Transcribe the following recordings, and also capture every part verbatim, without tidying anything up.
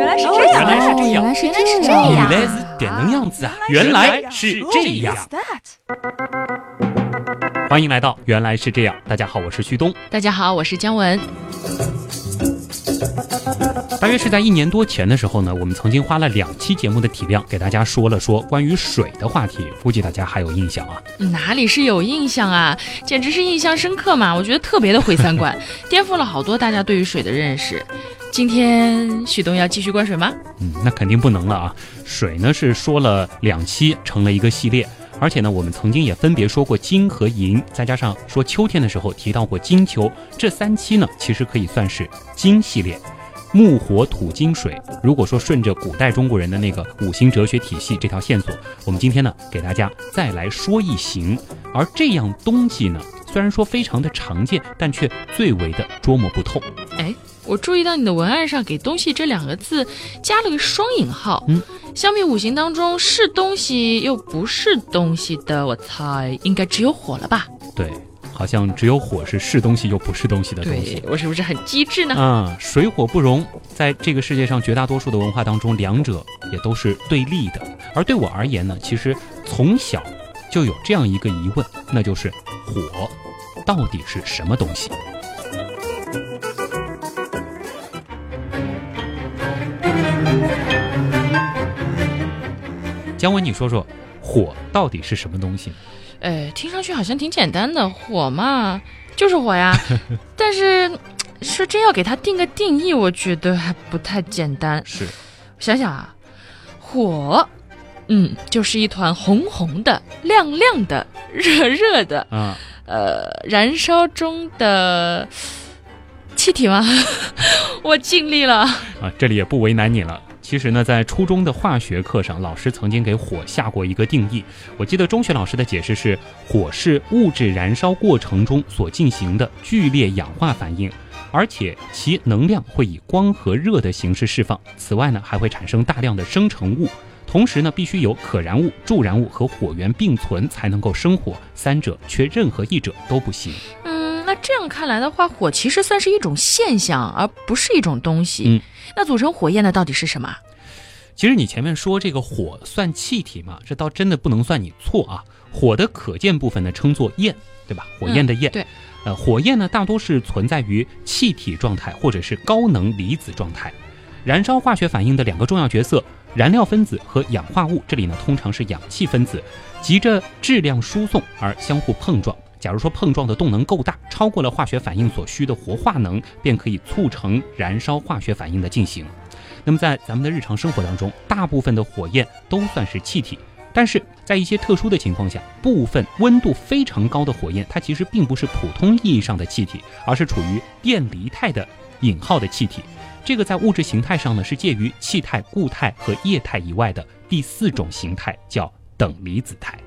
来是这样， 原来是这样， 原来是这样， 原来是点能样子啊！原来是这样。欢迎来到原来是这样。大家好，我是旭东。 大家好，我是姜文。 大约是在一年多前的时候呢，我们曾经花了两期节目的体量给大家说了说关于水的话题，估计大家还有印象啊。 哪里是有印象啊，简直是印象深刻嘛！我觉得特别的毁三观，颠覆了好多大家对于水的认识。今天旭东要继续灌水吗？ 嗯，那肯定不能了啊。水呢是说了两期成了一个系列，而且呢我们曾经也分别说过金和银，再加上说秋天的时候提到过金秋，这三期呢其实可以算是金系列。木火土金水，如果说顺着古代中国人的那个五行哲学体系这条线索，我们今天呢给大家再来说一行。而这样东西呢虽然说非常的常见，但却最为的捉摸不透。 哎，我注意到你的文案上给东西这两个字加了个双引号。 嗯， 相比五行当中是东西又不是东西的，我猜应该只有火了吧？ 对，好像只有火是是东西又不是东西的东西。 对，我是不是很机智呢？ 啊，水火不容，在这个世界上绝大多数的文化当中，两者也都是对立的。而对我而言呢，其实从小就有这样一个疑问，那就是火到底是什么东西？姜文，你说说火到底是什么东西？ 呃，听上去好像挺简单的，火嘛，就是火呀。但是说真要给它定个定义，我觉得还不太简单。 是， 想想啊，火，嗯，就是一团红红的、亮亮的、热热的， 啊， 呃，燃烧中的气体吗？我尽力了啊，这里也不为难你了。其实呢，在初中的化学课上，老师曾经给火下过一个定义。我记得中学老师的解释是，火是物质燃烧过程中所进行的剧烈氧化反应，而且其能量会以光和热的形式释放。此外呢，还会产生大量的生成物，同时呢，必须有可燃物、助燃物和火源并存才能够生火，三者缺任何一者都不行。 嗯，那这样看来的话，火其实算是一种现象，而不是一种东西。 嗯，那组成火焰的到底是什么？ 其实你前面说这个火算气体嘛，这倒真的不能算你错啊。火的可见部分呢称作焰，对吧？火焰的焰。嗯、 对。 呃，火焰呢大多是存在于气体状态或者是高能离子状态。燃烧化学反应的两个重要角色，燃料分子和氧化物，这里呢通常是氧气分子，急着质量输送而相互碰撞。假如说碰撞的动能够大，超过了化学反应所需的活化能，便可以促成燃烧化学反应的进行。那么在咱们的日常生活当中，大部分的火焰都算是气体，但是在一些特殊的情况下，部分温度非常高的火焰，它其实并不是普通意义上的气体，而是处于电离态的引号的气体。这个在物质形态上呢，是介于气态、固态和液态以外的第四种形态，叫等离子态。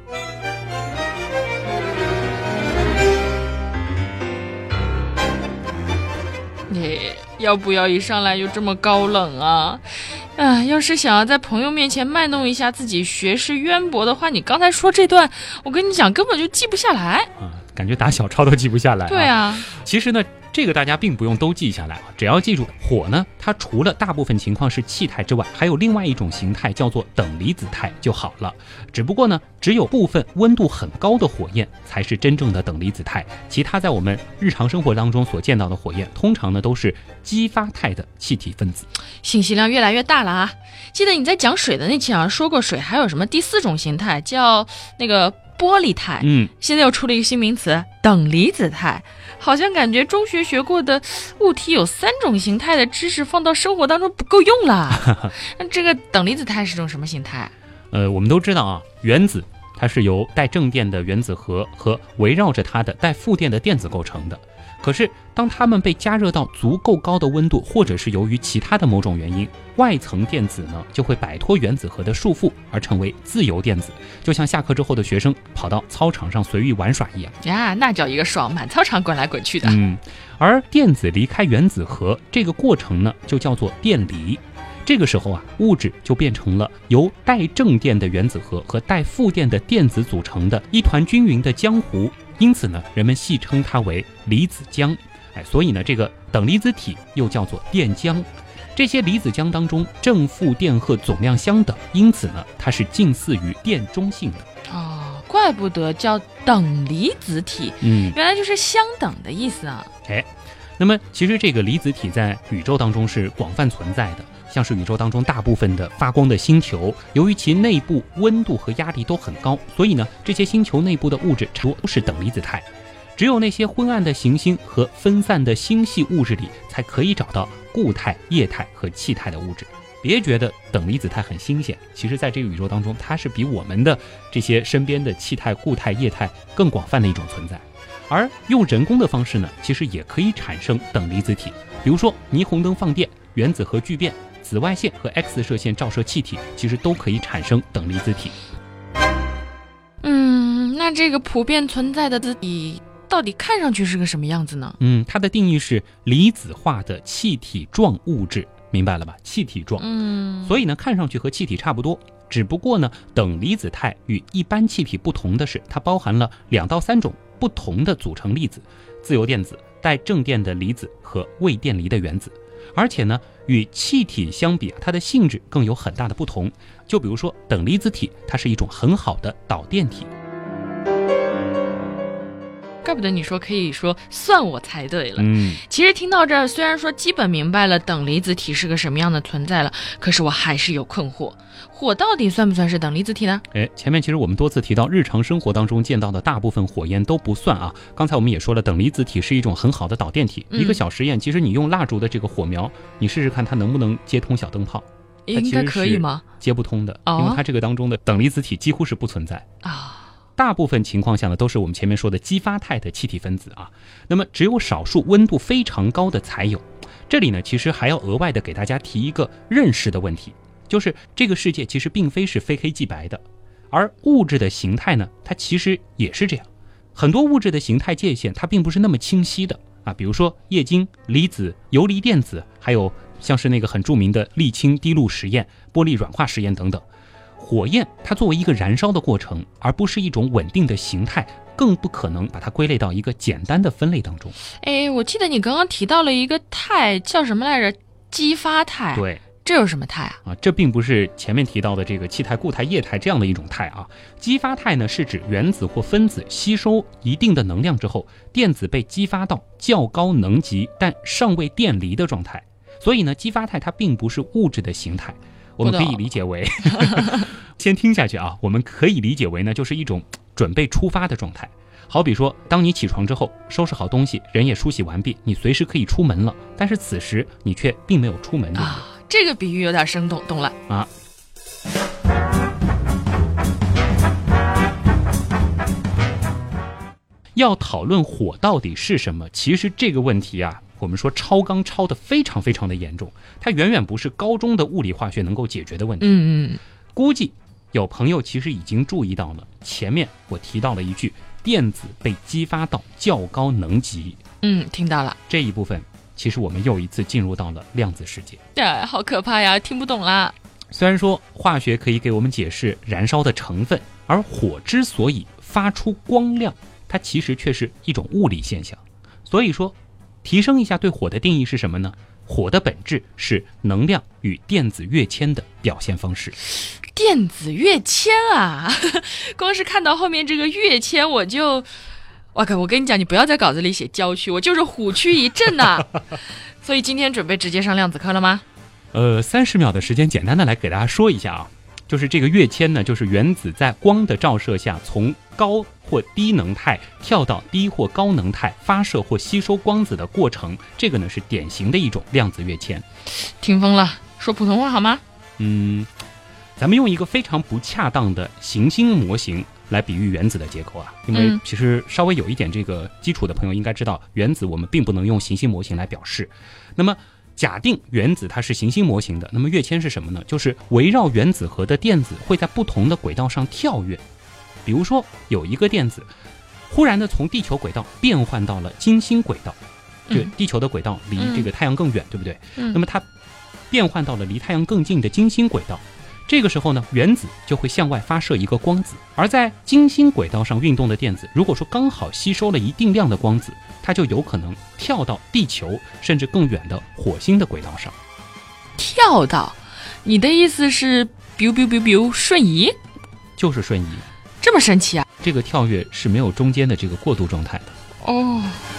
你要不要一上来就这么高冷啊？啊，要是想要在朋友面前卖弄一下自己学识渊博的话，你刚才说这段，我跟你讲根本就记不下来啊，感觉打小抄都记不下来、啊。 对啊， 其实呢，这个大家并不用都记下来啊，只要记住火呢，它除了大部分情况是气态之外，还有另外一种形态叫做等离子态就好了。只不过呢，只有部分温度很高的火焰才是真正的等离子态，其他在我们日常生活当中所见到的火焰，通常呢都是激发态的气体分子。 信息量越来越大了啊！记得你在讲水的那期啊，说过水还有什么第四种形态，叫那个玻璃态。 嗯， 现在又出了一个新名词，等离子态。好像感觉中学学过的物体有三种形态的知识放到生活当中不够用了。那这个等离子态是种什么形态？ 呃，我们都知道啊，原子它是由带正电的原子核和围绕着它的带负电的电子构成的。可是当它们被加热到足够高的温度，或者是由于其他的某种原因，外层电子呢就会摆脱原子核的束缚而成为自由电子，就像下课之后的学生跑到操场上随意玩耍一样呀，那叫一个爽，满操场滚来滚去的。 嗯，而电子离开原子核这个过程呢就叫做电离。这个时候啊，物质就变成了由带正电的原子核和带负电的电子组成的一团均匀的浆糊，因此呢，人们戏称它为离子浆。哎，所以呢，这个等离子体又叫做电浆。 这些离子浆当中正负电荷总量相等，因此呢，它是近似于电中性的。 哦，怪不得叫等离子体， 嗯， 原来就是相等的意思啊。 哎，那么其实这个离子体在宇宙当中是广泛存在的，像是宇宙当中大部分的发光的星球，由于其内部温度和压力都很高，所以呢，这些星球内部的物质差不多都是等离子态。只有那些昏暗的行星和分散的星系物质里，才可以找到固态、液态和气态的物质。别觉得等离子态很新鲜，其实在这个宇宙当中，它是比我们的这些身边的气态、固态、液态更广泛的一种存在。而用人工的方式呢，其实也可以产生等离子体，比如说霓虹灯放电、原子核聚变、紫外线和 X 射线照射气体，其实都可以产生等离子体。 嗯，那这个普遍存在的子体到底看上去是个什么样子呢？ 嗯，它的定义是离子化的气体状物质，明白了吧？气体状。 嗯， 所以呢，看上去和气体差不多，只不过呢，等离子态与一般气体不同的是，它包含了两到三种不同的组成粒子：自由电子、带正电的离子和未电离的原子。而且呢，与气体相比，它的性质更有很大的不同。就比如说，等离子体，它是一种很好的导电体。 怪不得你说可以说算我猜对了。 嗯， 其实听到这儿，虽然说基本明白了等离子体是个什么样的存在了，可是我还是有困惑，火到底算不算是等离子体呢？ 哎，前面其实我们多次提到，日常生活当中见到的大部分火焰都不算啊。刚才我们也说了，等离子体是一种很好的导电体。嗯、一个小实验，其实你用蜡烛的这个火苗，你试试看它能不能接通小灯泡。 应该可以吗？ 接不通的， 哦、 因为它这个当中的等离子体几乎是不存在啊。 大部分情况下呢，都是我们前面说的激发态的气体分子啊。那么只有少数温度非常高的才有。这里呢，其实还要额外的给大家提一个认识的问题，就是这个世界其实并非是非黑即白的，而物质的形态呢，它其实也是这样。很多物质的形态界限它并不是那么清晰的啊，比如说液晶、离子、游离电子，还有像是那个很著名的沥青滴露实验、玻璃软化实验等等。火焰它作为一个燃烧的过程，而不是一种稳定的形态，更不可能把它归类到一个简单的分类当中。 哎，我记得你刚刚提到了一个态，叫什么来着？激发态。 对， 这有什么态啊？ 啊，这并不是前面提到的这个气态、固态、液态这样的一种态啊。激发态呢，是指原子或分子吸收一定的能量之后，电子被激发到较高能级但尚未电离的状态。所以呢，激发态它并不是物质的形态。我们可以理解为先听下去啊，我们可以理解为呢，就是一种准备出发的状态。好比说，当你起床之后，收拾好东西，人也梳洗完毕，你随时可以出门了，但是此时你却并没有出门。 啊，这个比喻有点生动，懂了啊。要讨论火到底是什么，其实这个问题啊，我们说超纲超的非常非常的严重，它远远不是高中的物理化学能够解决的问题。 嗯嗯， 估计有朋友其实已经注意到了，前面我提到了一句，电子被激发到较高能级。 嗯，听到了。 这一部分其实我们又一次进入到了量子世界。 呀，好可怕呀，听不懂啦。 虽然说化学可以给我们解释燃烧的成分，而火之所以发出光亮，它其实却是一种物理现象。所以说提升一下对火的定义是什么呢？火的本质是能量与电子跃迁的表现方式。 电子跃迁啊，光是看到后面这个跃迁我就，哇靠！我跟你讲，你不要在稿子里写郊区，我就是虎躯一震呐、啊。所以今天准备直接上量子课了吗？ 呃，三十秒的时间，简单的来给大家说一下啊。就是这个跃迁呢，就是原子在光的照射下，从高或低能态跳到低或高能态，发射或吸收光子的过程。这个呢是典型的一种量子跃迁。 听疯了，说普通话好吗？ 嗯，咱们用一个非常不恰当的行星模型来比喻原子的结构啊，因为其实稍微有一点这个基础的朋友应该知道，原子我们并不能用行星模型来表示。那么假定原子它是行星模型的，那么跃迁是什么呢？就是围绕原子核的电子会在不同的轨道上跳跃。比如说有一个电子忽然的从地球轨道变换到了金星轨道，就地球的轨道离这个太阳更远，嗯、对不对？ 嗯、 那么它变换到了离太阳更近的金星轨道，这个时候呢，原子就会向外发射一个光子，而在金星轨道上运动的电子，如果说刚好吸收了一定量的光子，它就有可能跳到地球甚至更远的火星的轨道上。 跳到，你的意思是 biu biu biu biu 瞬移？ 就是瞬移。 这么神奇啊？ 这个跳跃是没有中间的这个过渡状态的。 哦。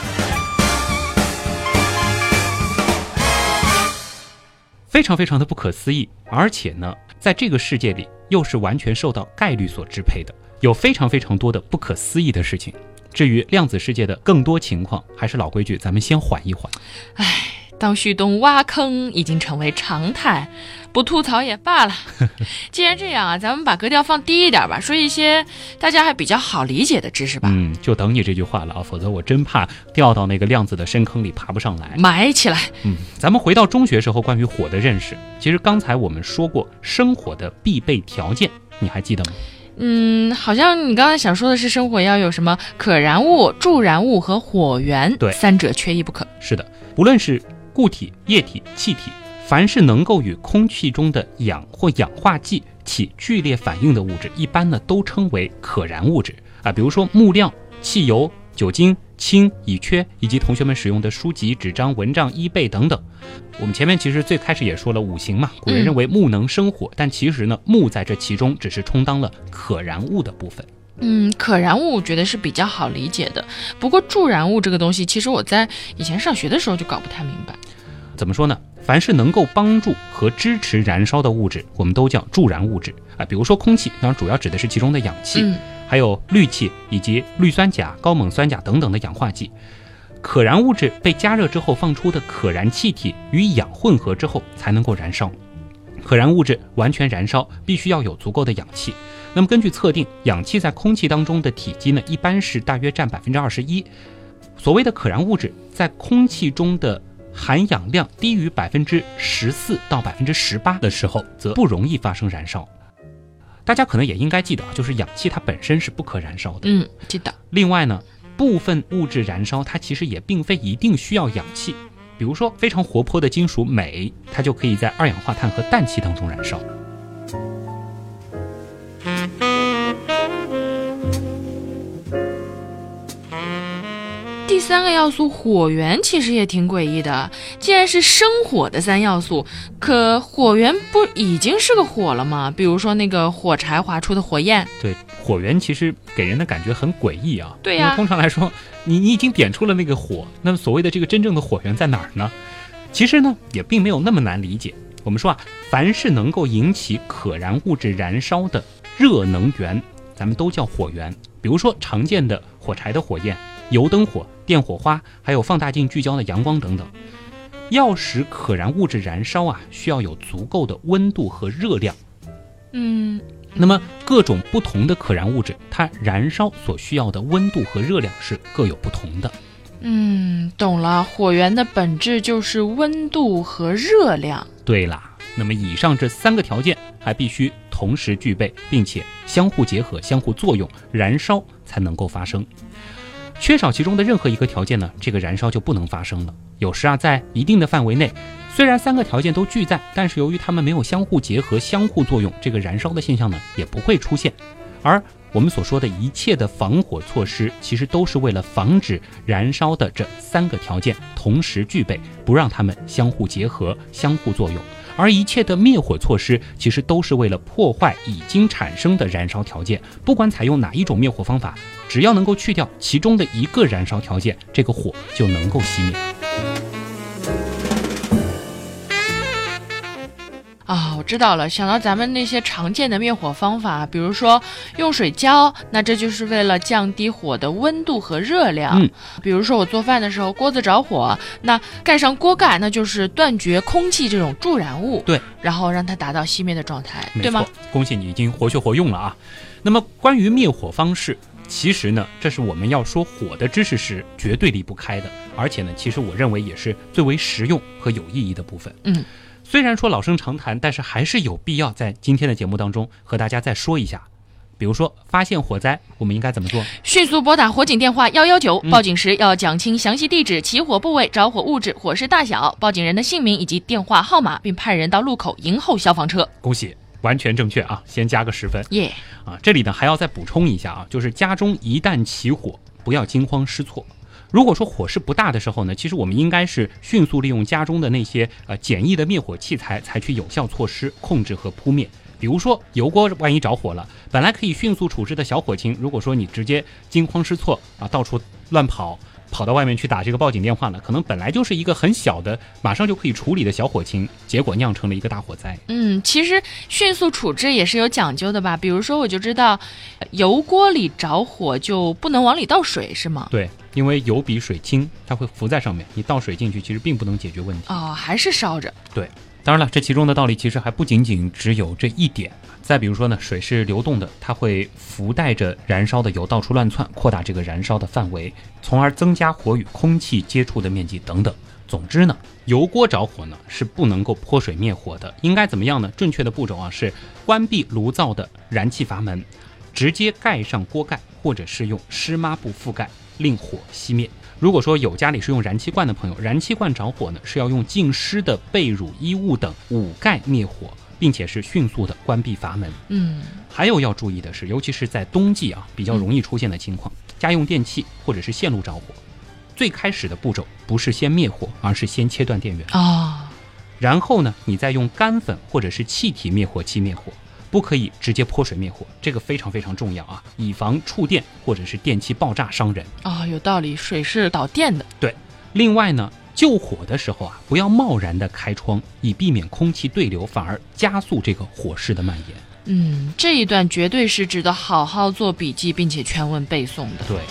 非常非常的不可思议，而且呢，在这个世界里又是完全受到概率所支配的，有非常非常多的不可思议的事情。至于量子世界的更多情况，还是老规矩，咱们先缓一缓。 唉，当旭东挖坑已经成为常态，不吐槽也罢了。既然这样啊，咱们把格调放低一点吧，说一些大家还比较好理解的知识吧。 嗯，就等你这句话了啊，否则我真怕掉到那个量子的深坑里爬不上来， 埋起来。 嗯，咱们回到中学时候关于火的认识，其实刚才我们说过生火的必备条件，你还记得吗？ 嗯，好像你刚才想说的是生火要有什么可燃物、助燃物和火源， 对， 三者缺一不可。 是的，不论是固体、液体、气体，凡是能够与空气中的氧或氧化剂起剧烈反应的物质，一般呢都称为可燃物质啊。比如说木料、汽油、酒精、氢、乙炔，以及同学们使用的书籍、纸张、蚊帐、衣被等等。我们前面其实最开始也说了五行嘛，古人认为木能生火，嗯、但其实呢，木在这其中只是充当了可燃物的部分。 嗯，可燃物我觉得是比较好理解的，不过助燃物这个东西，其实我在以前上学的时候就搞不太明白。 怎么说呢？凡是能够帮助和支持燃烧的物质，我们都叫助燃物质啊。比如说空气，当然主要指的是其中的氧气，嗯、还有氯气以及氯酸钾、高锰酸钾等等的氧化剂。可燃物质被加热之后放出的可燃气体与氧混合之后才能够燃烧。可燃物质完全燃烧必须要有足够的氧气。那么根据测定，氧气在空气当中的体积呢，一般是大约占百分之二十一。所谓的可燃物质在空气中的含氧量低于百分之十四到百分之十八的时候，则不容易发生燃烧。大家可能也应该记得，就是氧气它本身是不可燃烧的。 嗯，记得。 另外呢，部分物质燃烧它其实也并非一定需要氧气，比如说非常活泼的金属镁，它就可以在二氧化碳和氮气当中燃烧。 第三个要素火源其实也挺诡异的，既然是生火的三要素，可火源不已经是个火了吗？比如说那个火柴划出的火焰。 对，火源其实给人的感觉很诡异啊。 对呀、 啊，通常来说，你你已经点出了那个火，那么所谓的这个真正的火源在哪儿呢？其实呢，也并没有那么难理解。我们说啊，凡是能够引起可燃物质燃烧的热能源，咱们都叫火源。比如说常见的火柴的火焰、油灯火、电火花，还有放大镜聚焦的阳光等等。要使可燃物质燃烧啊，需要有足够的温度和热量。 嗯， 那么各种不同的可燃物质，它燃烧所需要的温度和热量是各有不同的。 嗯，懂了，火源的本质就是温度和热量。 对啦，那么以上这三个条件还必须同时具备，并且相互结合、相互作用，燃烧才能够发生。缺少其中的任何一个条件呢，这个燃烧就不能发生了。有时啊，在一定的范围内，虽然三个条件都具在，但是由于它们没有相互结合、相互作用，这个燃烧的现象呢也不会出现。而我们所说的一切的防火措施，其实都是为了防止燃烧的这三个条件同时具备，不让它们相互结合、相互作用。而一切的灭火措施，其实都是为了破坏已经产生的燃烧条件。不管采用哪一种灭火方法，只要能够去掉其中的一个燃烧条件，这个火就能够熄灭。 啊、哦，我知道了，想到咱们那些常见的灭火方法，比如说用水浇，那这就是为了降低火的温度和热量。 嗯， 比如说我做饭的时候锅子着火，那盖上锅盖，那就是断绝空气这种助燃物， 对， 然后让它达到熄灭的状态，对吗？ 恭喜你已经活学活用了啊。那么关于灭火方式，其实呢，这是我们要说火的知识是绝对离不开的，而且呢，其实我认为也是最为实用和有意义的部分。 嗯。 虽然说老生常谈，但是还是有必要在今天的节目当中和大家再说一下。比如说发现火灾，我们应该怎么做？ 迅速拨打火警电话一一九，报警时要讲清详细地址、起火部位、着火物质、火势大小、报警人的姓名以及电话号码，并派人到路口迎候消防车。 恭喜，完全正确啊！先加个十分。 耶、 yeah. 啊，这里呢还要再补充一下啊，就是家中一旦起火，不要惊慌失措。 如果说火势不大的时候呢，其实我们应该是迅速利用家中的那些呃简易的灭火器材，采取有效措施控制和扑灭。比如说油锅万一着火了，本来可以迅速处置的小火情，如果说你直接惊慌失措啊，到处乱跑，跑到外面去打这个报警电话了，可能本来就是一个很小的马上就可以处理的小火情，结果酿成了一个大火灾。 嗯，其实迅速处置也是有讲究的吧？比如说我就知道油锅里着火就不能往里倒水，是吗？ 对，因为油比水轻，它会浮在上面，你倒水进去其实并不能解决问题。 哦，还是烧着。 对，当然了，这其中的道理其实还不仅仅只有这一点。再比如说呢，水是流动的，它会浮带着燃烧的油到处乱窜，扩大这个燃烧的范围，从而增加火与空气接触的面积等等。总之呢，油锅着火呢是不能够泼水灭火的。应该怎么样呢？正确的步骤啊是关闭炉灶的燃气阀门，直接盖上锅盖，或者是用湿抹布覆盖，令火熄灭。如果说有家里是用燃气罐的朋友，燃气罐着火呢是要用浸湿的被褥、衣物等捂盖灭火，并且是迅速的关闭阀门。 嗯， 还有要注意的是，尤其是在冬季啊，比较容易出现的情况，嗯、家用电器或者是线路着火，最开始的步骤不是先灭火，而是先切断电源哦， 然后呢，你再用干粉或者是气体灭火器灭火，不可以直接泼水灭火，这个非常非常重要啊，以防触电或者是电器爆炸伤人。 哦，有道理，水是导电的。 对，另外呢，救火的时候啊，不要贸然的开窗，以避免空气对流，反而加速这个火势的蔓延。 嗯，这一段绝对是值得好好做笔记，并且全文背诵的。 对。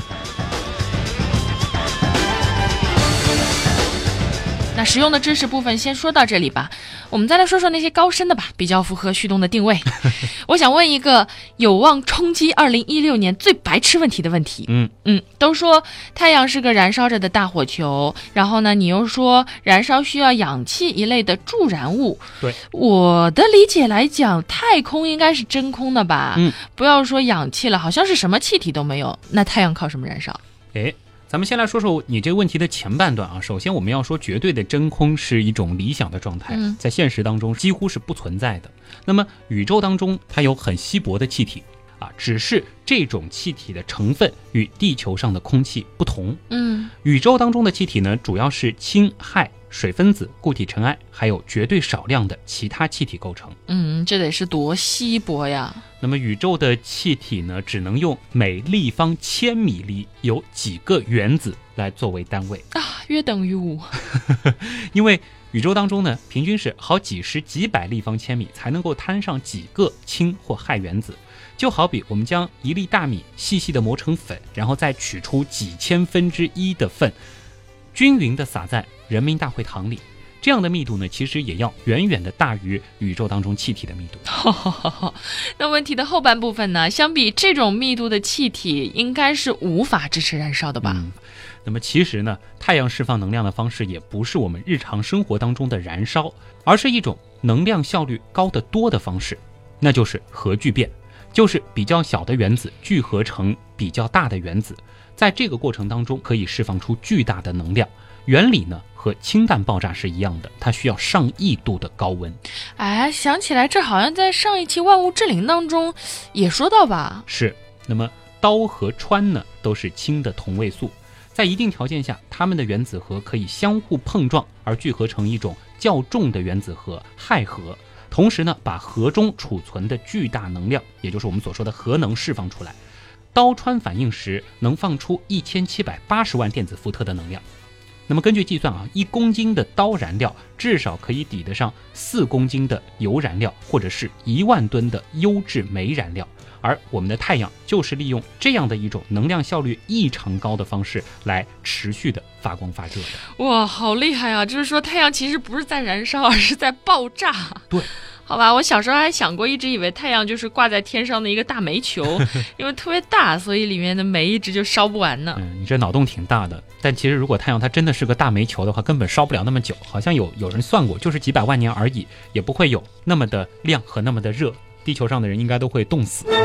那实用的知识部分先说到这里吧，我们再来说说那些高深的吧，比较符合旭东的定位。我想问一个有望冲击二零一六年最白痴问题的问题。 嗯嗯，都说太阳是个燃烧着的大火球，然后呢，你又说燃烧需要氧气一类的助燃物。 对， 我的理解来讲，太空应该是真空的吧？ 嗯， 不要说氧气了，好像是什么气体都没有。那太阳靠什么燃烧？ 诶。咱们先来说说你这个问题的前半段啊。首先我们要说绝对的真空是一种理想的状态， 嗯、 在现实当中几乎是不存在的。那么宇宙当中它有很稀薄的气体啊，只是这种气体的成分与地球上的空气不同。 嗯， 宇宙当中的气体呢，主要是氢、氦、水分子、固体尘埃，还有绝对少量的其他气体构成。 嗯，这得是多稀薄呀！ 那么宇宙的气体呢，只能用每立方千米里有几个原子来作为单位啊，约等于五。 因为宇宙当中呢，平均是好几十几百立方千米才能够摊上几个氢或氦原子。就好比我们将一粒大米细细的磨成粉，然后再取出几千分之一的份，均匀的撒在人民大会堂里，这样的密度呢，其实也要远远的大于宇宙当中气体的密度。 那问题的后半部分呢？相比这种密度的气体，应该是无法支持燃烧的吧？ 嗯，那么其实呢，太阳释放能量的方式也不是我们日常生活当中的燃烧，而是一种能量效率高得多的方式，那就是核聚变，就是比较小的原子聚合成比较大的原子，在这个过程当中可以释放出巨大的能量。原理呢和氢弹爆炸是一样的，它需要上亿度的高温。 哎，想起来这好像在上一期万物之灵当中也说到吧？ 是。那么氘和氚呢都是氢的同位素，在一定条件下，它们的原子核可以相互碰撞而聚合成一种较重的原子核氦核，同时呢把核中储存的巨大能量，也就是我们所说的核能释放出来。氘氚反应时能放出一千七百八十万电子伏特的能量。那么根据计算啊，一公斤的氘燃料至少可以抵得上四公斤的铀燃料，或者是一万吨的优质煤燃料。而我们的太阳就是利用这样的一种能量效率异常高的方式来持续的发光发热的。 哇，好厉害啊！就是说太阳其实不是在燃烧，而是在爆炸。 对。 好吧，我小时候还想过，一直以为太阳就是挂在天上的一个大煤球，因为特别大，所以里面的煤一直就烧不完呢。 嗯，你这脑洞挺大的。但其实如果太阳它真的是个大煤球的话，根本烧不了那么久。好像有有人算过，就是几百万年而已，也不会有那么的亮和那么的热，地球上的人应该都会冻死。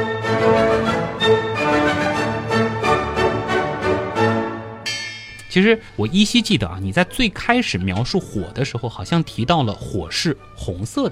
其实我依稀记得啊，你在最开始描述火的时候，好像提到了火是红色的。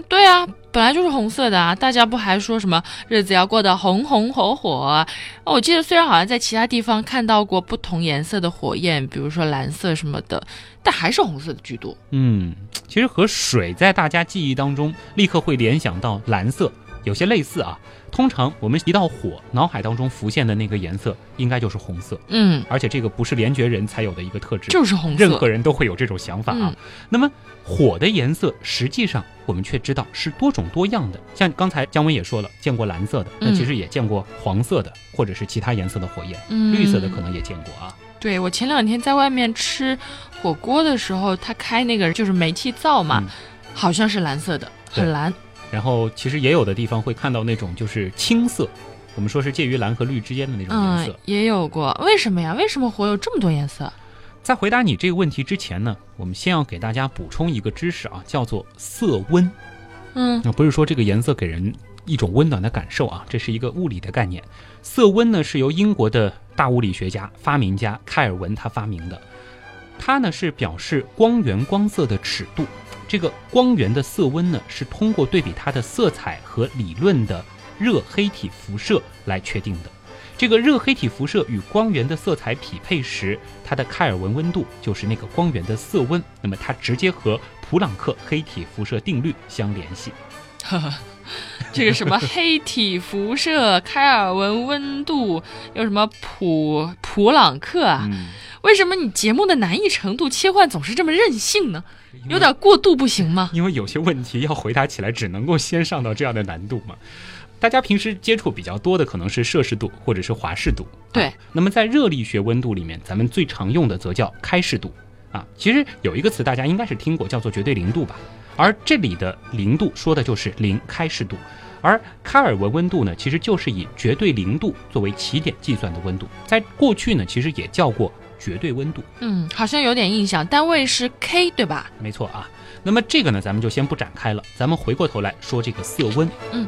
对啊，本来就是红色的啊，大家不还说什么日子要过得红红火火啊？我记得虽然好像在其他地方看到过不同颜色的火焰，比如说蓝色什么的，但还是红色的居多。 嗯，其实和水在大家记忆当中立刻会联想到蓝色有些类似啊。通常我们提到火，脑海当中浮现的那个颜色应该就是红色。 嗯， 而且这个不是联觉人才有的一个特质， 就是红色， 任何人都会有这种想法啊。 嗯、 那么火的颜色实际上我们却知道是多种多样的，像刚才姜文也说了，见过蓝色的，那其实也见过黄色的，或者是其他颜色的火焰，嗯、绿色的可能也见过啊。 对，我前两天在外面吃火锅的时候，他开那个就是煤气灶嘛，嗯、好像是蓝色的，很蓝。 然后其实也有的地方会看到那种就是青色，我们说是介于蓝和绿之间的那种颜色。 嗯，也有过。为什么呀？为什么火有这么多颜色？ 在回答你这个问题之前呢，我们先要给大家补充一个知识啊，叫做色温。 嗯， 那不是说这个颜色给人一种温暖的感受啊，这是一个物理的概念。色温呢是由英国的大物理学家、发明家开尔文他发明的，它呢是表示光源光色的尺度。这个光源的色温呢，是通过对比它的色彩和理论的热黑体辐射来确定的。这个热黑体辐射与光源的色彩匹配时，它的开尔文温度就是那个光源的色温，那么它直接和普朗克黑体辐射定律相联系。 这个什么黑体辐射、开尔文温度，有什么普普朗克啊？嗯，为什么你节目的难易程度切换总是这么任性呢？有点过度不行吗？ 因为有些问题要回答起来只能够先上到这样的难度嘛。大家平时接触比较多的可能是摄氏度或者是华氏度， 对、 啊。那么在热力学温度里面，咱们最常用的则叫开氏度啊。其实有一个词大家应该是听过，叫做绝对零度吧。而这里的零度说的就是零开氏度，而开尔文温度呢，其实就是以绝对零度作为起点计算的温度，在过去呢，其实也叫过绝对温度。 嗯，好像有点印象，单位是 K 对吧？ 没错啊。那么这个呢，咱们就先不展开了，咱们回过头来说这个色温。 嗯。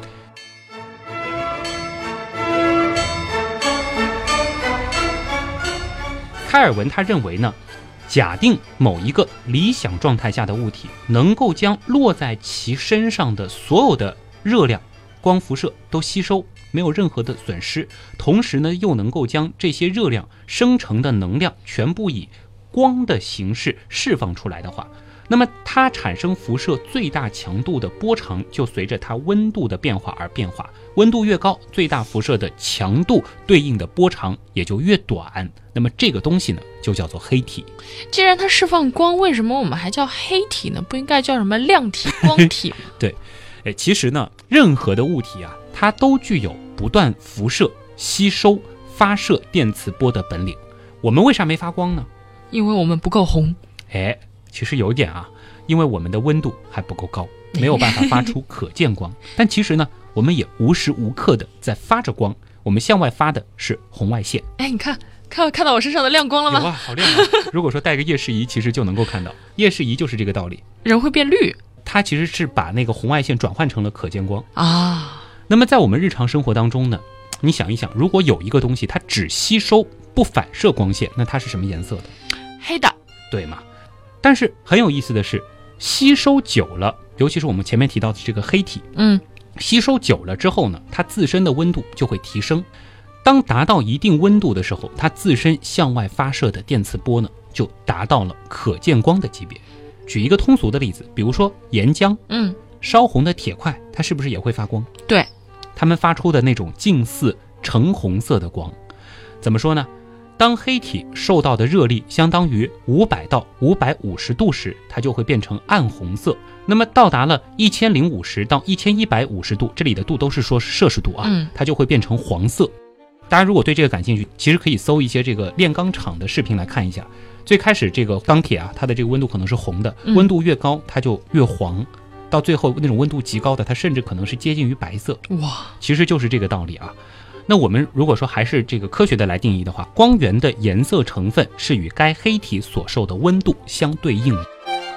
开尔文他认为呢，假定某一个理想状态下的物体能够将落在其身上的所有的热量、光辐射都吸收，没有任何的损失，同时呢又能够将这些热量生成的能量全部以光的形式释放出来的话，那么它产生辐射最大强度的波长就随着它温度的变化而变化，温度越高，最大辐射的强度对应的波长也就越短，那么这个东西呢就叫做黑体。 既然它释放光，为什么我们还叫黑体呢？不应该叫什么亮体、光体吗？ 对，诶，其实呢，任何的物体啊，它都具有不断辐射、吸收、发射电磁波的本领。我们为啥没发光呢？ 因为我们不够红。 诶，其实有一点啊，因为我们的温度还不够高，没有办法发出可见光。但其实呢，我们也无时无刻的在发着光，我们向外发的是红外线。 哎，你看，看看到我身上的亮光了吗？ 哇，好亮啊！如果说带个夜视仪，其实就能够看到。夜视仪就是这个道理， 人会变绿。 它其实是把那个红外线转换成了可见光啊。 那么在我们日常生活当中呢，你想一想，如果有一个东西它只吸收不反射光线，那它是什么颜色的？ 黑的， 对吗？但是很有意思的是，吸收久了，尤其是我们前面提到的这个黑体， 嗯， 吸收久了之后呢，它自身的温度就会提升。当达到一定温度的时候，它自身向外发射的电磁波呢，就达到了可见光的级别。举一个通俗的例子，比如说岩浆， 嗯， 烧红的铁块，它是不是也会发光？ 对， 它们发出的那种近似橙红色的光。怎么说呢？当黑体受到的热力相当于五百到五百五十度时，它就会变成暗红色。那么到达了一千零五十到一千一百五十度，这里的度都是说摄氏度啊， 嗯， 它就会变成黄色。大家如果对这个感兴趣，其实可以搜一些这个炼钢厂的视频来看一下。最开始这个钢铁啊，它的这个温度可能是红的，温度越高它就越黄，到最后那种温度极高的，它甚至可能是接近于白色。 哇， 其实就是这个道理啊。那我们如果说还是这个科学的来定义的话，光源的颜色成分是与该黑体所受的温度相对应的。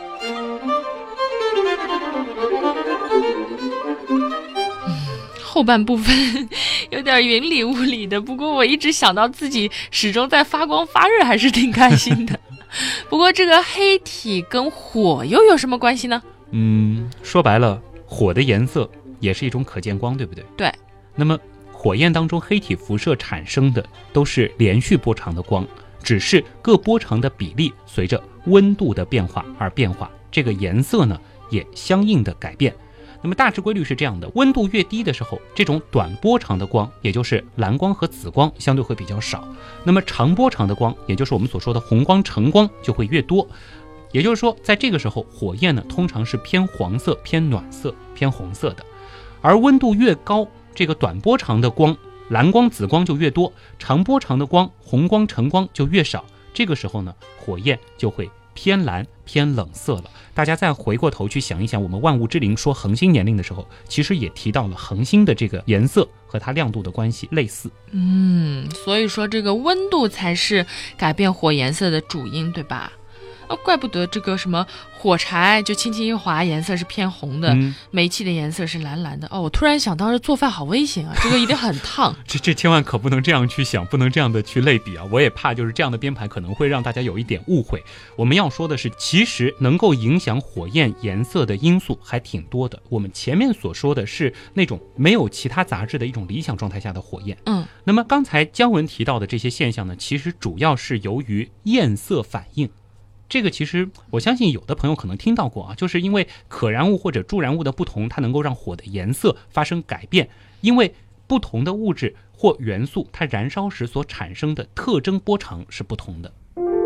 嗯，后半部分有点云里雾里的，不过我一直想到自己始终在发光发热，还是挺开心的。不过这个黑体跟火又有什么关系呢？ 嗯，说白了， 火的颜色也是一种可见光，对不对？ 对。 那么火焰当中黑体辐射产生的都是连续波长的光，只是各波长的比例随着温度的变化而变化，这个颜色呢也相应的改变。那么大致规律是这样的，温度越低的时候，这种短波长的光，也就是蓝光和紫光相对会比较少，那么长波长的光，也就是我们所说的红光橙光就会越多。也就是说在这个时候火焰呢通常是偏黄色偏暖色偏红色的，而温度越高，这个短波长的光蓝光紫光就越多，长波长的光红光橙光就越少，这个时候呢火焰就会偏蓝偏冷色了。大家再回过头去想一想，我们万物之灵说恒星年龄的时候，其实也提到了恒星的这个颜色和它亮度的关系类似。 嗯，所以说这个温度才是改变火颜色的主因，对吧？哦，怪不得这个什么火柴就轻轻一划颜色是偏红的、嗯、煤气的颜色是蓝蓝的。哦，我突然想到这做饭好危险啊，这个一定很烫这这千万可不能这样去想，不能这样的去类比啊！我也怕就是这样的编排可能会让大家有一点误会。我们要说的是，其实能够影响火焰颜色的因素还挺多的。我们前面所说的是那种没有其他杂质的一种理想状态下的火焰， 嗯， 那么刚才姜文提到的这些现象呢，其实主要是由于焰色反应。这个其实我相信有的朋友可能听到过啊，就是因为可燃物或者助燃物的不同，它能够让火的颜色发生改变，因为不同的物质或元素它燃烧时所产生的特征波长是不同的。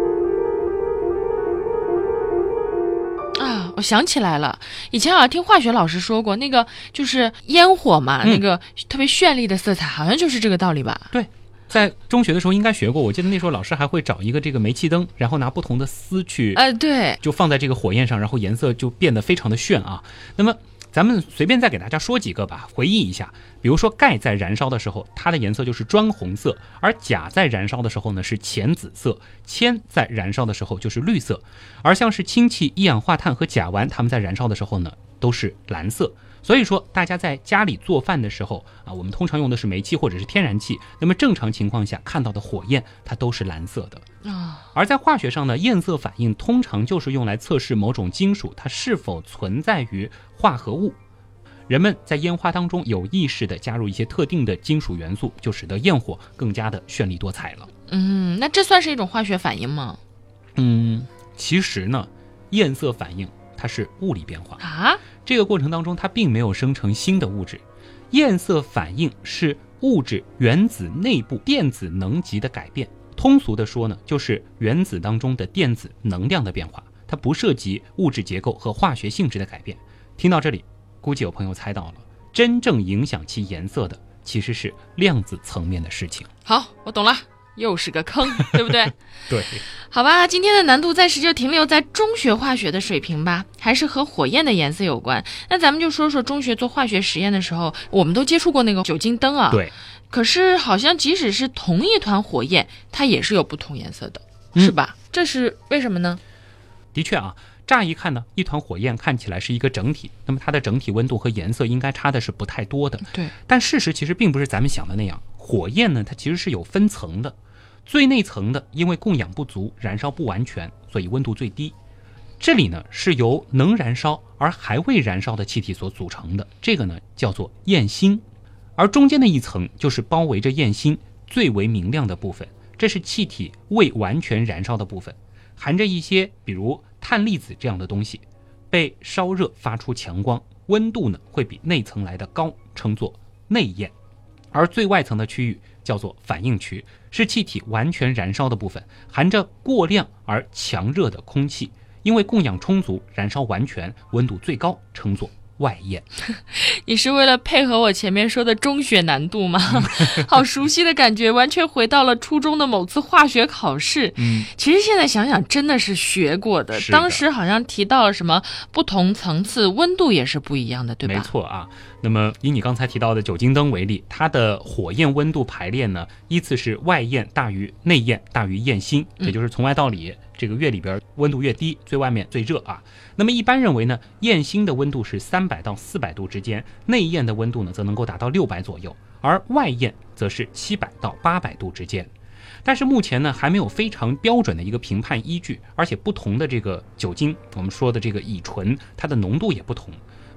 啊，我想起来了，以前好像听化学老师说过，那个就是烟火嘛、嗯、那个特别绚丽的色彩好像就是这个道理吧。 对，在中学的时候应该学过，我记得那时候老师还会找一个这个煤气灯，然后拿不同的丝去， 呃，对， 就放在这个火焰上，然后颜色就变得非常的炫啊。那么咱们随便再给大家说几个吧，回忆一下。比如说钙在燃烧的时候，它的颜色就是砖红色，而钾在燃烧的时候呢是浅紫色，铅在燃烧的时候就是绿色，而像是氢气、一氧化碳和甲烷，它们在燃烧的时候呢都是蓝色。所以说大家在家里做饭的时候啊，我们通常用的是煤气或者是天然气，那么正常情况下看到的火焰它都是蓝色的啊。而在化学上呢，焰色反应通常就是用来测试某种金属它是否存在于化合物。人们在烟花当中有意识地加入一些特定的金属元素，就使得焰火更加的绚丽多彩了。 嗯，那这算是一种化学反应吗？ 嗯，其实呢，焰色反应它是物理变化啊， 这个过程当中它并没有生成新的物质。焰色反应是物质原子内部电子能级的改变，通俗的说呢，就是原子当中的电子能量的变化，它不涉及物质结构和化学性质的改变。听到这里，估计有朋友猜到了，真正影响其颜色的其实是量子层面的事情。 好，我懂了，又是个坑，对不对？ 对， 好吧，今天的难度暂时就停留在中学化学的水平吧，还是和火焰的颜色有关。那咱们就说说中学做化学实验的时候，我们都接触过那个酒精灯啊。 对。 可是好像即使是同一团火焰，它也是有不同颜色的，是吧？嗯、这是为什么呢？ 的确啊，乍一看呢，一团火焰看起来是一个整体，那么它的整体温度和颜色应该差的是不太多的。 对。但事实其实并不是咱们想的那样，火焰呢，它其实是有分层的。最内层的因为供氧不足，燃烧不完全，所以温度最低。这里呢是由能燃烧而还未燃烧的气体所组成的，这个呢叫做焰芯。而中间的一层就是包围着焰芯最为明亮的部分，这是气体未完全燃烧的部分，含着一些比如碳粒子这样的东西，被烧热发出强光，温度呢会比内层来的高，称作内焰。而最外层的区域叫做反应区，是气体完全燃烧的部分，含着过量而强热的空气，因为供氧充足，燃烧完全，温度最高，称作外焰。 你是为了配合我前面说的中学难度吗？好熟悉的感觉，完全回到了初中的某次化学考试。 嗯， 其实现在想想真的是学过的， 的当时好像提到了什么不同层次温度也是不一样的，对吧？ 没错啊。那么以你刚才提到的酒精灯为例，它的火焰温度排列呢，依次是外焰大于内焰大于焰芯，也就是从外到里，这个越里边温度越低，最外面最热啊。那么一般认为呢，焰芯的温度是三百到四百度之间，内焰的温度呢则能够达到六百左右，而外焰则是七百到八百度之间。但是目前呢还没有非常标准的一个评判依据，而且不同的这个酒精，我们说的这个乙醇，它的浓度也不同。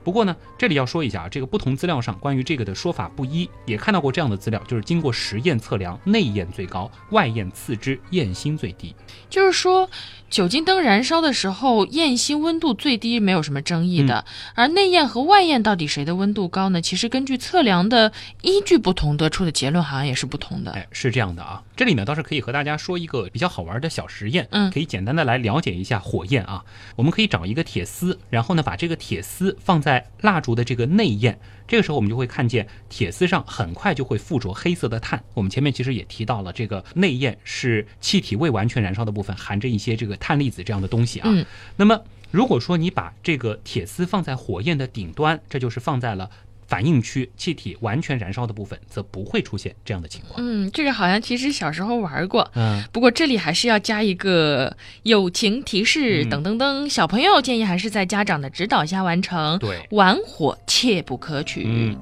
不过呢，这里要说一下啊，这个不同资料上关于这个的说法不一，也看到过这样的资料，就是经过实验测量，内焰最高，外焰次之，焰芯最低。 就是说，酒精灯燃烧的时候，焰芯温度最低没有什么争议的，嗯、而内焰和外焰到底谁的温度高呢？其实根据测量的依据不同，得出的结论好像也是不同的。 哎，是这样的啊。这里呢倒是可以和大家说一个比较好玩的小实验，嗯，可以简单的来了解一下火焰啊。我们可以找一个铁丝，然后呢把这个铁丝放在蜡烛的这个内焰，这个时候我们就会看见铁丝上很快就会附着黑色的碳。我们前面其实也提到了，这个内焰是气体未完全燃烧的部分，含着一些这个碳粒子这样的东西啊。嗯，那么如果说你把这个铁丝放在火焰的顶端，这就是放在了反应区，气体完全燃烧的部分，则不会出现这样的情况。 嗯，这个好像其实小时候玩过，嗯，不过这里还是要加一个友情提示，噔噔噔，小朋友建议还是在家长的指导下完成， 对， 玩火切不可取。 嗯。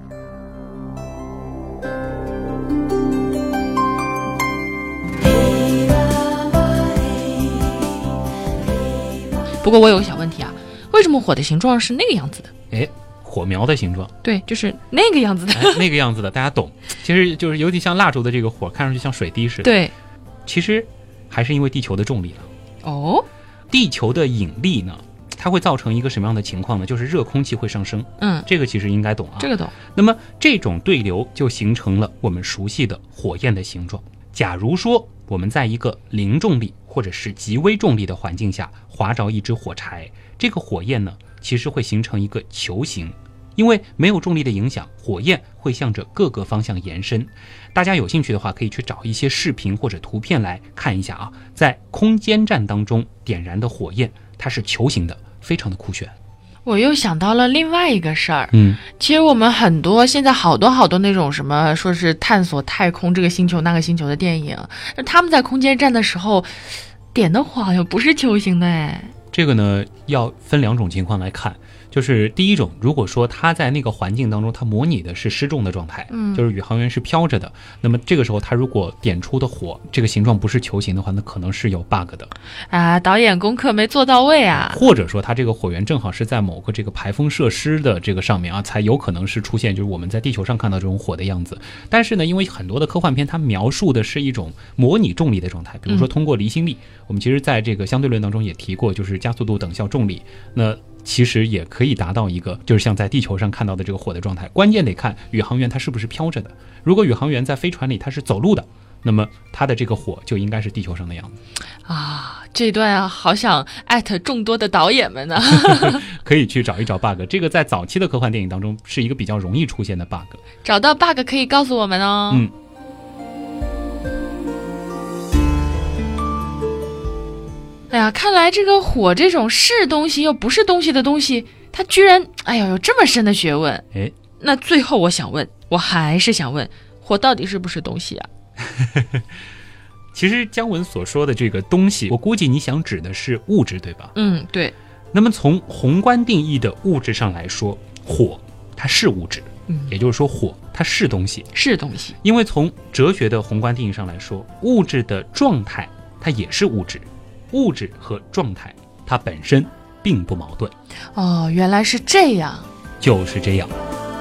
不过我有个小问题啊，为什么火的形状是那个样子的？ 哎。火苗的形状， 对，就是那个样子的、 哎、那个样子的，大家懂。其实就是有点像蜡烛的这个火，看上去像水滴似的。 对， 其实还是因为地球的重力了。 哦， 地球的引力呢，它会造成一个什么样的情况呢？就是热空气会上升。 嗯， 这个其实应该懂啊。 这个懂。 那么这种对流就形成了我们熟悉的火焰的形状。假如说我们在一个零重力或者是极微重力的环境下划着一支火柴，这个火焰呢，其实会形成一个球形。因为没有重力的影响，火焰会向着各个方向延伸。大家有兴趣的话，可以去找一些视频或者图片来看一下啊。在空间站当中点燃的火焰，它是球形的，非常的酷炫。 我又想到了另外一个事儿， 嗯， 其实我们很多现在好多好多那种什么说是探索太空这个星球那个星球的电影，他们在空间站的时候点的火好像不是球形的哎。 这个呢要分两种情况来看。就是第一种，如果说它在那个环境当中，它模拟的是失重的状态，嗯，就是宇航员是飘着的，那么这个时候它如果点出的火这个形状不是球形的话，那可能是有 bug 的啊，导演功课没做到位啊， 或者说它这个火源正好是在某个这个排风设施的这个上面啊，才有可能是出现就是我们在地球上看到这种火的样子。但是呢，因为很多的科幻片它描述的是一种模拟重力的状态，比如说通过离心力，嗯、我们其实在这个相对论当中也提过，就是加速度等效重力，那其实也可以达到一个就是像在地球上看到的这个火的状态。关键得看宇航员他是不是飘着的，如果宇航员在飞船里他是走路的，那么他的这个火就应该是地球上的样子啊。这段啊，好想艾特众多的导演们呢可以去找一找 bug， 这个在早期的科幻电影当中是一个比较容易出现的 bug， 找到 bug 可以告诉我们哦。 嗯， 哎呀，看来这个火这种是东西又不是东西的东西，它居然哎呀有这么深的学问。 哎， 那最后我想问，我还是想问，火到底是不是东西啊？ 其实姜文所说的这个东西，我估计你想指的是物质，对吧？ 嗯，对。 那么从宏观定义的物质上来说，火它是物质，嗯，也就是说火它是东西， 是东西。 因为从哲学的宏观定义上来说，物质的状态它也是物质。物质和状态它本身并不矛盾。 哦，原来是这样。 就是这样。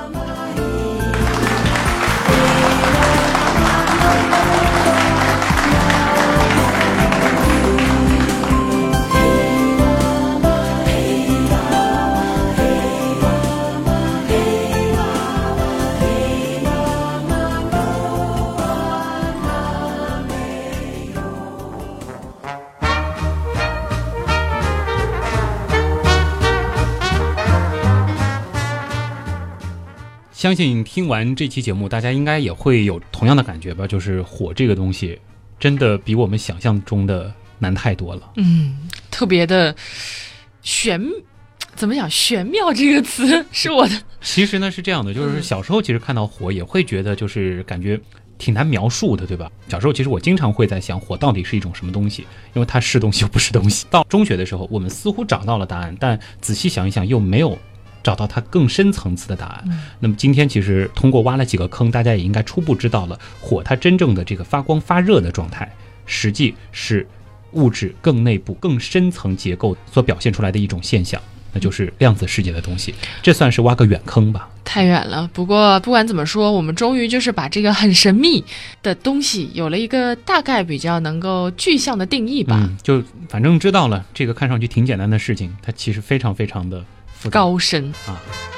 相信听完这期节目，大家应该也会有同样的感觉吧，就是火这个东西真的比我们想象中的难太多了。 嗯，特别的玄，怎么讲？玄妙这个词是我的。 其实呢是这样的，就是小时候其实看到火也会觉得就是感觉挺难描述的，对吧？小时候其实我经常会在想火到底是一种什么东西，因为它是东西又不是东西。到中学的时候，我们似乎找到了答案，但仔细想一想又没有找到它更深层次的答案。嗯、那么今天其实通过挖了几个坑，大家也应该初步知道了火它真正的这个发光发热的状态，实际是物质更内部更深层结构所表现出来的一种现象。 那就是量子世界的东西，这算是挖个远坑吧。 太远了，不过不管怎么说，我们终于就是把这个很神秘的东西有了一个大概比较能够具象的定义吧。 嗯，就反正知道了，这个看上去挺简单的事情，它其实非常非常的复杂高深啊。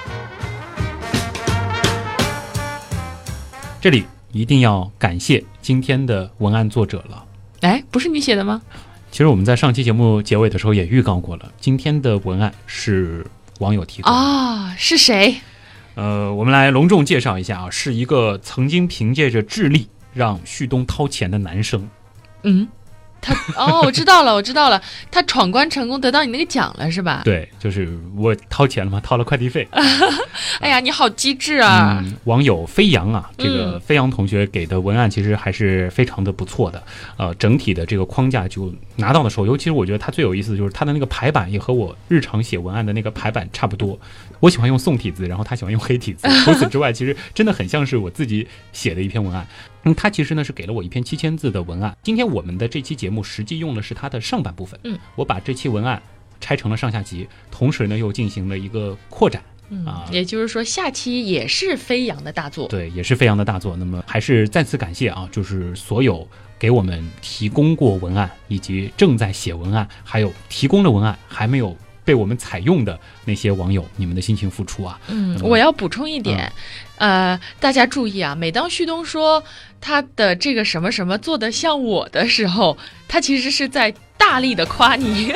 这里一定要感谢今天的文案作者了。 哎，不是你写的吗？ 其实我们在上期节目结尾的时候也预告过了，今天的文案是网友提供的啊、哦，是谁？ 呃，我们来隆重介绍一下啊，是一个曾经凭借着智力让旭东掏钱的男生。 嗯，他哦，我知道了，我知道了，他闯关成功得到你那个奖了是吧？ 对，就是我掏钱了嘛，掏了快递费。 哎呀，你好机智啊！ 嗯、网友飞扬啊，这个飞扬同学给的文案其实还是非常的不错的。呃，整体的这个框架就拿到的时候，尤其是我觉得他最有意思的就是他的那个排版也和我日常写文案的那个排版差不多。我喜欢用宋体字，然后他喜欢用黑体字。除此之外，其实真的很像是我自己写的一篇文案。嗯，他其实呢是给了我一篇七千字的文案。今天我们的这期节目实际用的是它的上半部分。嗯，我把这期文案拆成了上下集，同时呢又进行了一个扩展。 嗯、啊，也就是说下期也是飞扬的大作。 对，也是飞扬的大作。那么还是再次感谢啊，就是所有给我们提供过文案，以及正在写文案，还有提供的文案还没有被我们采用的那些网友，你们的辛勤付出啊。 嗯，我要补充一点、嗯、呃，大家注意啊，每当旭东说他的这个什么什么做得像我的时候，他其实是在大力的夸你。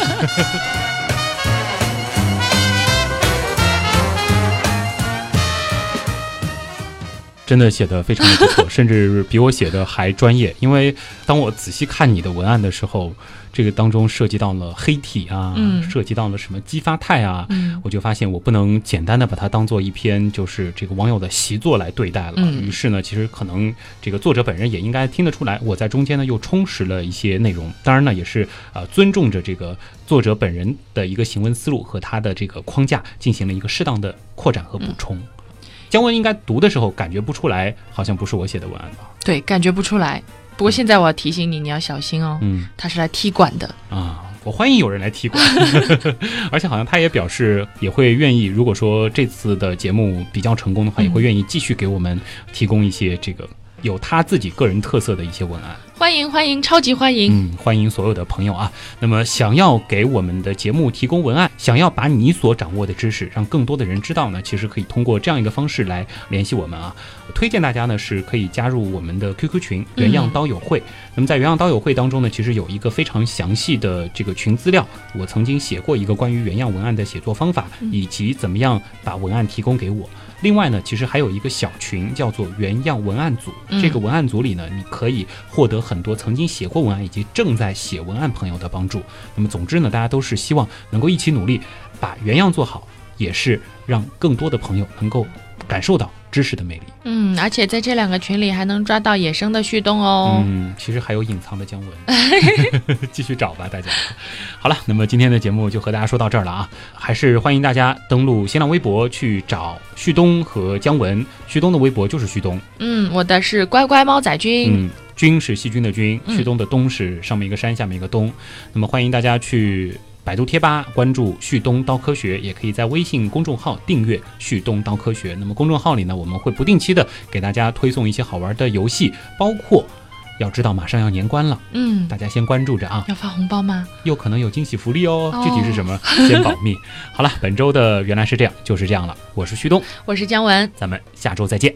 真的写得非常的不错，甚至比我写的还专业。因为当我仔细看你的文案的时候，这个当中涉及到了黑体啊、嗯、涉及到了什么激发态啊、嗯、我就发现我不能简单的把它当做一篇就是这个网友的习作来对待了、嗯、于是呢其实可能这个作者本人也应该听得出来，我在中间呢又充实了一些内容，当然呢也是呃尊重着这个作者本人的一个行文思路和他的这个框架进行了一个适当的扩展和补充。嗯，姜文应该读的时候感觉不出来，好像不是我写的文案吧？ 对，感觉不出来。不过现在我要提醒你，你要小心哦。嗯，他是来踢馆的啊，我欢迎有人来踢馆，而且好像他也表示也会愿意，如果说这次的节目比较成功的话，嗯、也会愿意继续给我们提供一些这个有他自己个人特色的一些文案。 欢迎欢迎，超级欢迎！ 嗯，欢迎所有的朋友啊。那么想要给我们的节目提供文案，想要把你所掌握的知识让更多的人知道呢，其实可以通过这样一个方式来联系我们啊。我推荐大家呢是可以加入我们的 Q Q 群原样刀友会、嗯、那么在原样刀友会当中呢，其实有一个非常详细的这个群资料，我曾经写过一个关于原样文案的写作方法、嗯、以及怎么样把文案提供给我。另外呢，其实还有一个小群叫做原样文案组、嗯、这个文案组里呢，你可以获得很多曾经写过文案以及正在写文案朋友的帮助。那么总之呢，大家都是希望能够一起努力把原样做好，也是让更多的朋友能够感受到知识的魅力。 嗯，而且在这两个群里还能抓到野生的旭东哦。 嗯，其实还有隐藏的姜文，继续找吧，大家。好了，那么今天的节目就和大家说到这儿了啊，还是欢迎大家登录新浪微博去找旭东和姜文。旭东的微博就是旭东， 嗯，我的是乖乖猫仔君， 嗯，君是细菌的君，旭东的东是上面一个山下面一个东。那么欢迎大家去百度贴吧关注旭东刀科学，也可以在微信公众号订阅旭东刀科学。那么公众号里呢，我们会不定期的给大家推送一些好玩的游戏，包括要知道马上要年关了，嗯，大家先关注着啊。 要发红包吗？ 又可能有惊喜福利哦，哦具体是什么先保密。好了，本周的原来是这样就是这样了，我是旭东， 我是姜文， 咱们下周再见。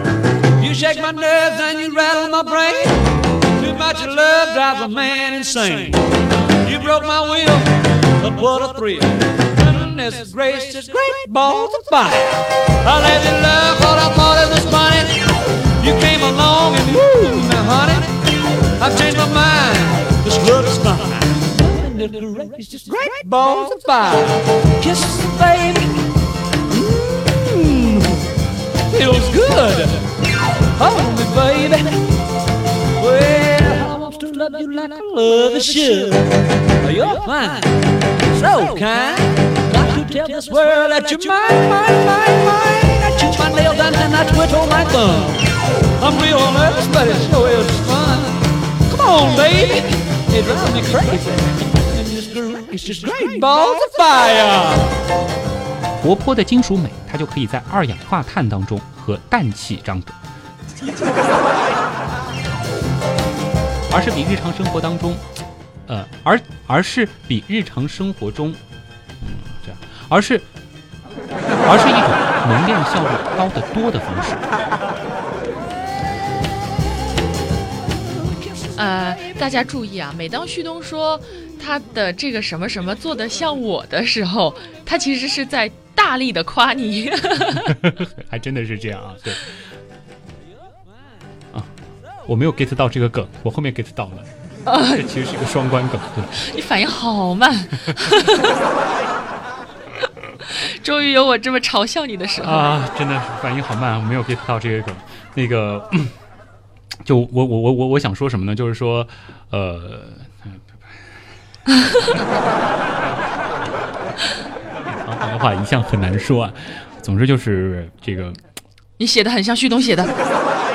You shake my nerves and you rattle my brain. Too much love drives a man insane. You broke my will, but what a thrill. Goodness gracious, great balls of fire. I let you love what I thought it was funny. You came along and woo, now honey, I've changed my mind. This love is fine. Goodness gracious, great balls of fire. Kisses, baby. Mmm, feels good.Hold me, baby. Well, I want to love you like I love a should. You're fine, so kind. Got to tell this world that you're mine, mine, mine, mine. I chew my nails down and I twiddle my thumb. I'm real nervous, but it sure is fun. Come on, baby, it drives me crazy. It's just great balls of fire。 活泼的金属镁，它就可以在二氧化碳当中和氮气张隔，而是比日常生活当中，呃，而而是比日常生活中，嗯，这样，而是而是一种能量效率高得多的方式。 呃，大家注意啊，每当旭东说他的这个什么什么做得像我的时候，他其实是在大力的夸你。 还真的是这样啊，对。啊，我没有 get 到这个梗，我后面 get 到了。啊、这其实是一个双关梗，对。 你反应好慢。终于有我这么嘲笑你的时候啊！真的是反应好慢，我没有 get 到这个梗。那个，就我我我我我想说什么呢？就是说，呃，长话的话一向很难说啊。总之就是这个， 你写的很像旭东写的。